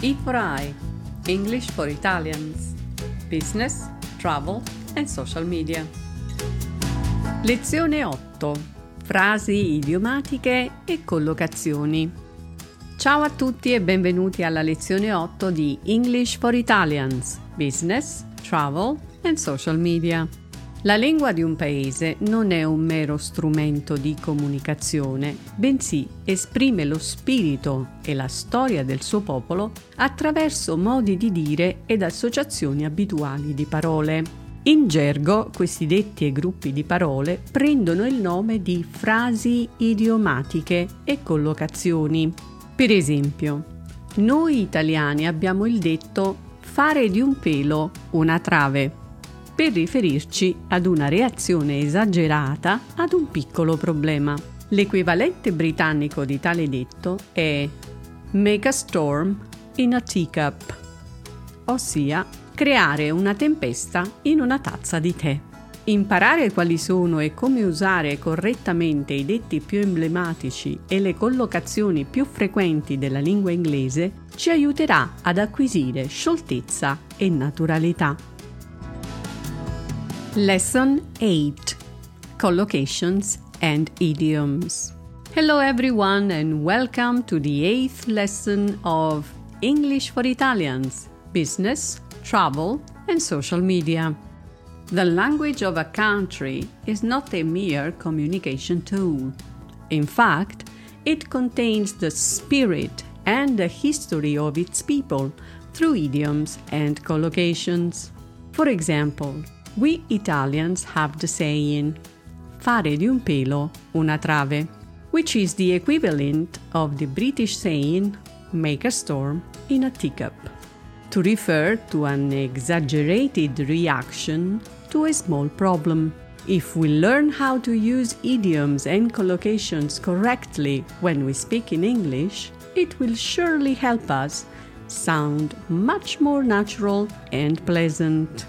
E for I, English for Italians, Business, Travel and Social Media. Lezione 8. Frasi idiomatiche e collocazioni. Ciao a tutti e benvenuti alla lezione 8 di English for Italians, Business, Travel and Social Media. La lingua di un paese non è un mero strumento di comunicazione, bensì esprime lo spirito e la storia del suo popolo attraverso modi di dire ed associazioni abituali di parole. In gergo, questi detti e gruppi di parole prendono il nome di frasi idiomatiche e collocazioni. Per esempio, noi italiani abbiamo il detto fare di un pelo una trave, per riferirci ad una reazione esagerata ad un piccolo problema. L'equivalente britannico di tale detto è make a storm in a teacup, ossia creare una tempesta in una tazza di tè. Imparare quali sono e come usare correttamente i detti più emblematici e le collocazioni più frequenti della lingua inglese ci aiuterà ad acquisire scioltezza e naturalità. Lesson 8. Collocations and Idioms. Hello everyone and welcome to the 8th lesson of English for Italians, Business, Travel and Social Media. The language of a country is not a mere communication tool. In fact, it contains the spirit and the history of its people through idioms and collocations. For example, we Italians have the saying, fare di un pelo una trave, which is the equivalent of the British saying, make a storm in a teacup, to refer to an exaggerated reaction to a small problem. If we learn how to use idioms and collocations correctly when we speak in English, it will surely help us sound much more natural and pleasant.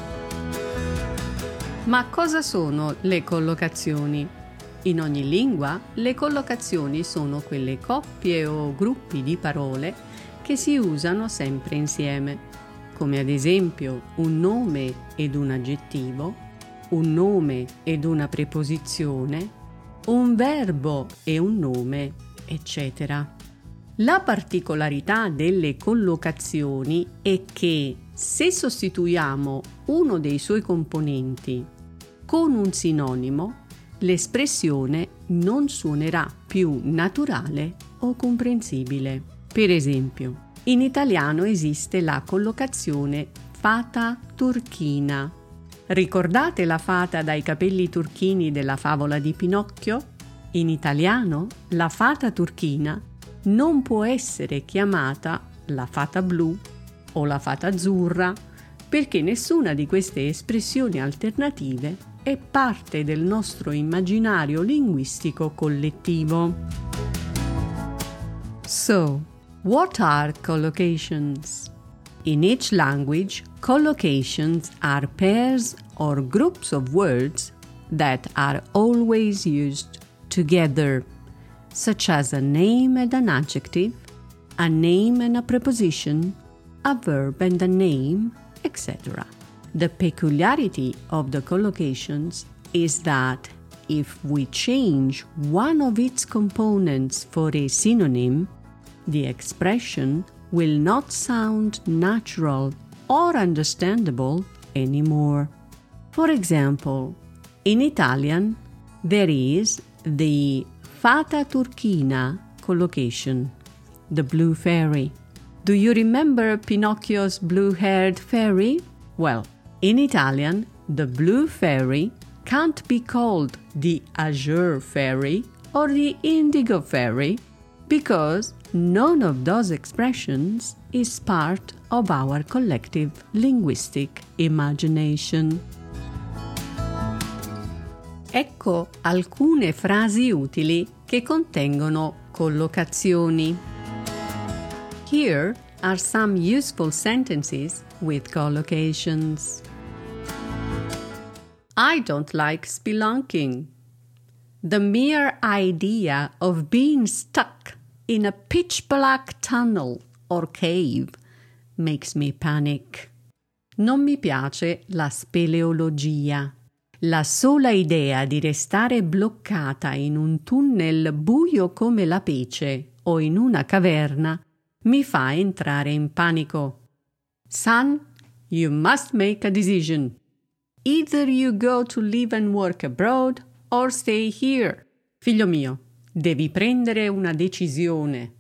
Ma cosa sono le collocazioni? In ogni lingua, le collocazioni sono quelle coppie o gruppi di parole che si usano sempre insieme, come ad esempio un nome ed un aggettivo, un nome ed una preposizione, un verbo e un nome, eccetera. La particolarità delle collocazioni è che se sostituiamo uno dei suoi componenti con un sinonimo, l'espressione non suonerà più naturale o comprensibile. Per esempio, in italiano esiste la collocazione fata turchina. Ricordate la fata dai capelli turchini della favola di Pinocchio? In italiano, la fata turchina non può essere chiamata la fata blu o la fata azzurra, perché nessuna di queste espressioni alternative è parte del nostro immaginario linguistico collettivo. So, what are collocations? In each language, collocations are pairs or groups of words that are always used together, such as a name and an adjective, a name and a preposition, a verb and a name, etc. The peculiarity of the collocations is that if we change one of its components for a synonym, the expression will not sound natural or understandable anymore. For example, in Italian, there is the fata turchina collocation, the blue fairy. Do you remember Pinocchio's blue-haired fairy? Well, in Italian, the blue fairy can't be called the azure fairy or the indigo fairy because none of those expressions is part of our collective linguistic imagination. Ecco alcune frasi utili che contengono collocazioni. Here are some useful sentences with collocations. I don't like spelunking. The mere idea of being stuck in a pitch-black tunnel or cave makes me panic. Non mi piace la speleologia. La sola idea di restare bloccata in un tunnel buio come la pece o in una caverna mi fa entrare in panico. Son, you must make a decision. Either you go to live and work abroad or stay here. Figlio mio, devi prendere una decisione.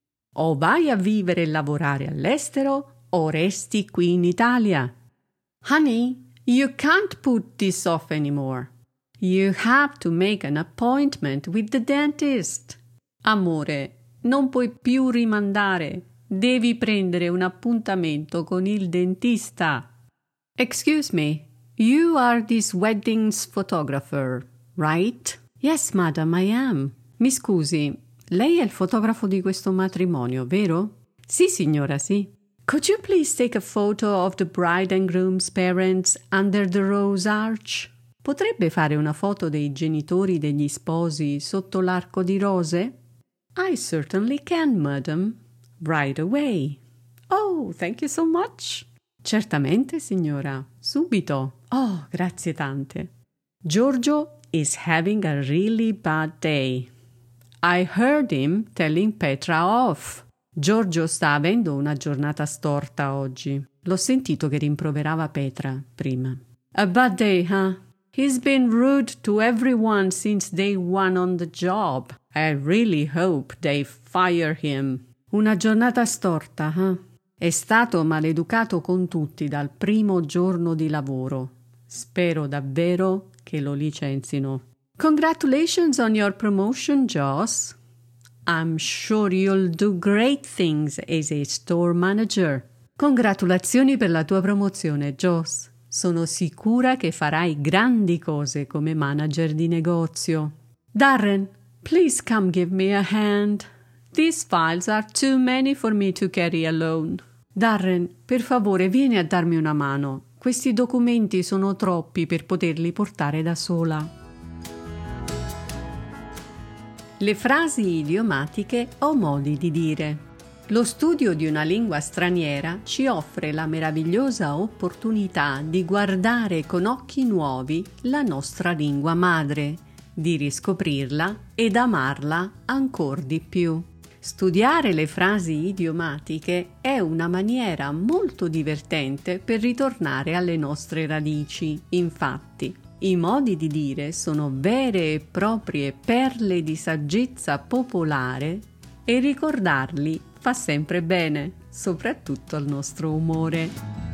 O vai a vivere e lavorare all'estero o resti qui in Italia. Honey, you can't put this off anymore. You have to make an appointment with the dentist. Amore, non puoi più rimandare. Devi prendere un appuntamento con il dentista. Excuse me, you are this wedding's photographer, right? Yes, madam, I am. Mi scusi, lei è il fotografo di questo matrimonio, vero? Sì, signora, sì. Could you please take a photo of the bride and groom's parents under the rose arch? Potrebbe fare una foto dei genitori degli sposi sotto l'arco di rose? I certainly can, madam. Right away. Oh, thank you so much. Certamente, signora. Subito. Oh, grazie tante. Giorgio is having a really bad day. I heard him telling Petra off. Giorgio sta avendo una giornata storta oggi. L'ho sentito che rimproverava Petra prima. A bad day, huh? He's been rude to everyone since day one on the job. I really hope they fire him. Una giornata storta, huh? È stato maleducato con tutti dal primo giorno di lavoro. Spero davvero che lo licenzino. Congratulations on your promotion, Joss. I'm sure you'll do great things as a store manager. Congratulazioni per la tua promozione, Joss. Sono sicura che farai grandi cose come manager di negozio. Darren, please come give me a hand. These files are too many for me to carry alone. Darren, per favore, vieni a darmi una mano. Questi documenti sono troppi per poterli portare da sola. Le frasi idiomatiche o modi di dire. Lo studio di una lingua straniera ci offre la meravigliosa opportunità di guardare con occhi nuovi la nostra lingua madre, di riscoprirla ed amarla ancor di più. Studiare le frasi idiomatiche è una maniera molto divertente per ritornare alle nostre radici. Infatti, i modi di dire sono vere e proprie perle di saggezza popolare e ricordarli fa sempre bene, soprattutto al nostro umore.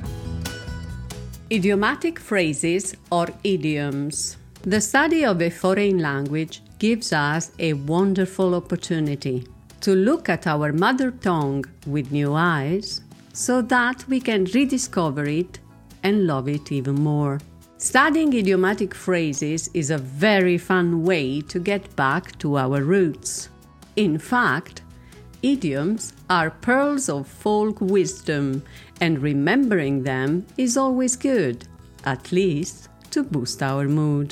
Idiomatic phrases or idioms. The study of a foreign language gives us a wonderful opportunity to look at our mother tongue with new eyes so that we can rediscover it and love it even more. Studying idiomatic phrases is a very fun way to get back to our roots. In fact, idioms are pearls of folk wisdom, and remembering them is always good, at least to boost our mood.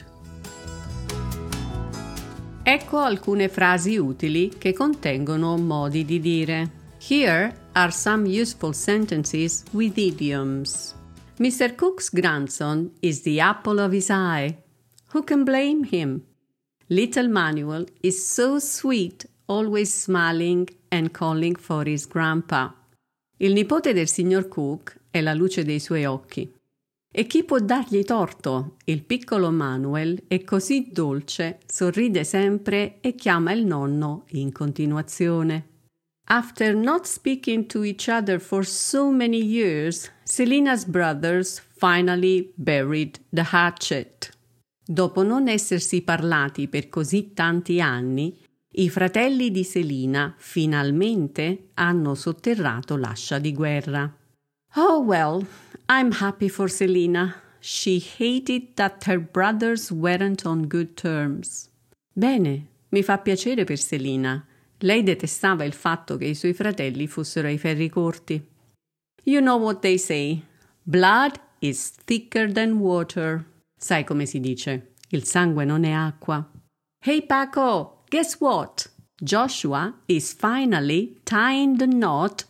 Ecco alcune frasi utili che contengono modi di dire. Here are some useful sentences with idioms. Mr. Cook's grandson is the apple of his eye. Who can blame him? Little Manuel is so sweet, always smiling and calling for his grandpa. Il nipote del signor Cook è la luce dei suoi occhi. E chi può dargli torto? Il piccolo Manuel è così dolce, sorride sempre e chiama il nonno in continuazione. After not speaking to each other for so many years, Selina's brothers finally buried the hatchet. Dopo non essersi parlati per così tanti anni, i fratelli di Selina finalmente hanno sotterrato l'ascia di guerra. Oh well, I'm happy for Selina. She hated that her brothers weren't on good terms. Bene, mi fa piacere per Selina. Lei detestava il fatto che i suoi fratelli fossero ai ferri corti. You know what they say. Blood is thicker than water. Sai come si dice? Il sangue non è acqua. Hey Paco, guess what? Joshua is finally tying the knot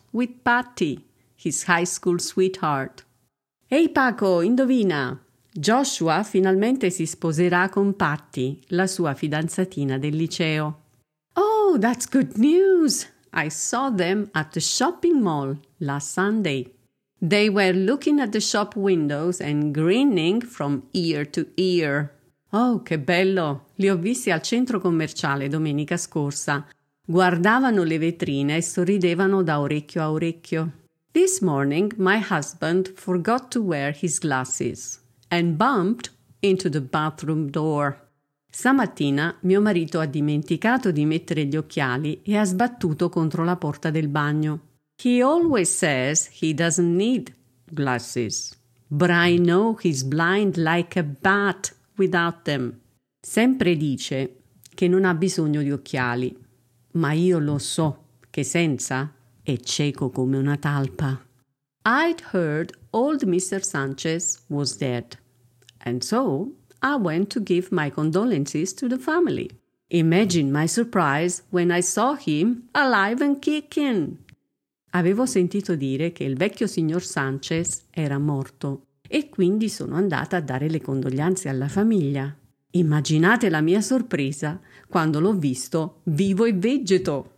with Patty, his high school sweetheart. Ehi Paco, indovina! Joshua finalmente si sposerà con Patty, la sua fidanzatina del liceo. Oh, that's good news! I saw them at the shopping mall last Sunday. They were looking at the shop windows and grinning from ear to ear. Oh, che bello! Li ho visti al centro commerciale domenica scorsa. Guardavano le vetrine e sorridevano da orecchio a orecchio. This morning my husband forgot to wear his glasses and bumped into the bathroom door. Stamattina mio marito ha dimenticato di mettere gli occhiali e ha sbattuto contro la porta del bagno. He always says he doesn't need glasses, but I know he's blind like a bat without them. Sempre dice che non ha bisogno di occhiali, ma io lo so che senza è cieco come una talpa. I'd heard old Mr. Sanchez was dead, and so I went to give my condolences to the family. Imagine my surprise when I saw him alive and kicking. Avevo sentito dire che il vecchio signor Sanchez era morto e quindi sono andata a dare le condoglianze alla famiglia. Immaginate la mia sorpresa quando l'ho visto vivo e vegeto.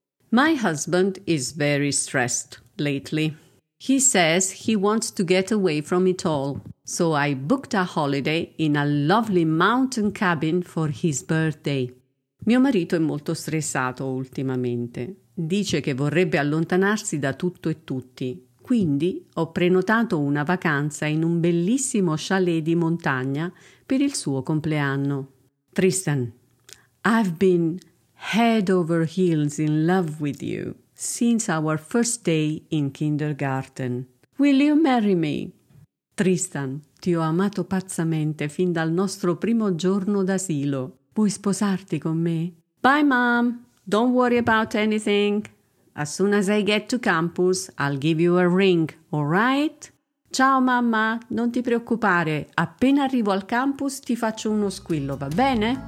My husband is very stressed lately. He says he wants to get away from it all, so I booked a holiday in a lovely mountain cabin for his birthday. Mio marito è molto stressato ultimamente. Dice che vorrebbe allontanarsi da tutto e tutti. Quindi ho prenotato una vacanza in un bellissimo chalet di montagna per il suo compleanno. Tristan, I've been head over heels in love with you since our first day in kindergarten. Will you marry me? Tristan, ti ho amato pazzamente fin dal nostro primo giorno d'asilo. Vuoi sposarti con me? Bye, Mom. Don't worry about anything. As soon as I get to campus, I'll give you a ring, all right? Ciao, mamma. Non ti preoccupare. Appena arrivo al campus ti faccio uno squillo, va bene?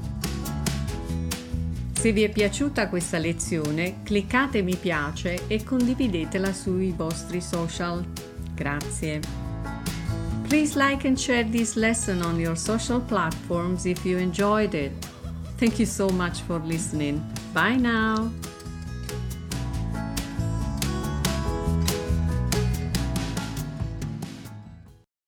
Se vi è piaciuta questa lezione, cliccate mi piace e condividetela sui vostri social. Grazie. Please like and share this lesson on your social platforms if you enjoyed it. Thank you so much for listening. Bye now.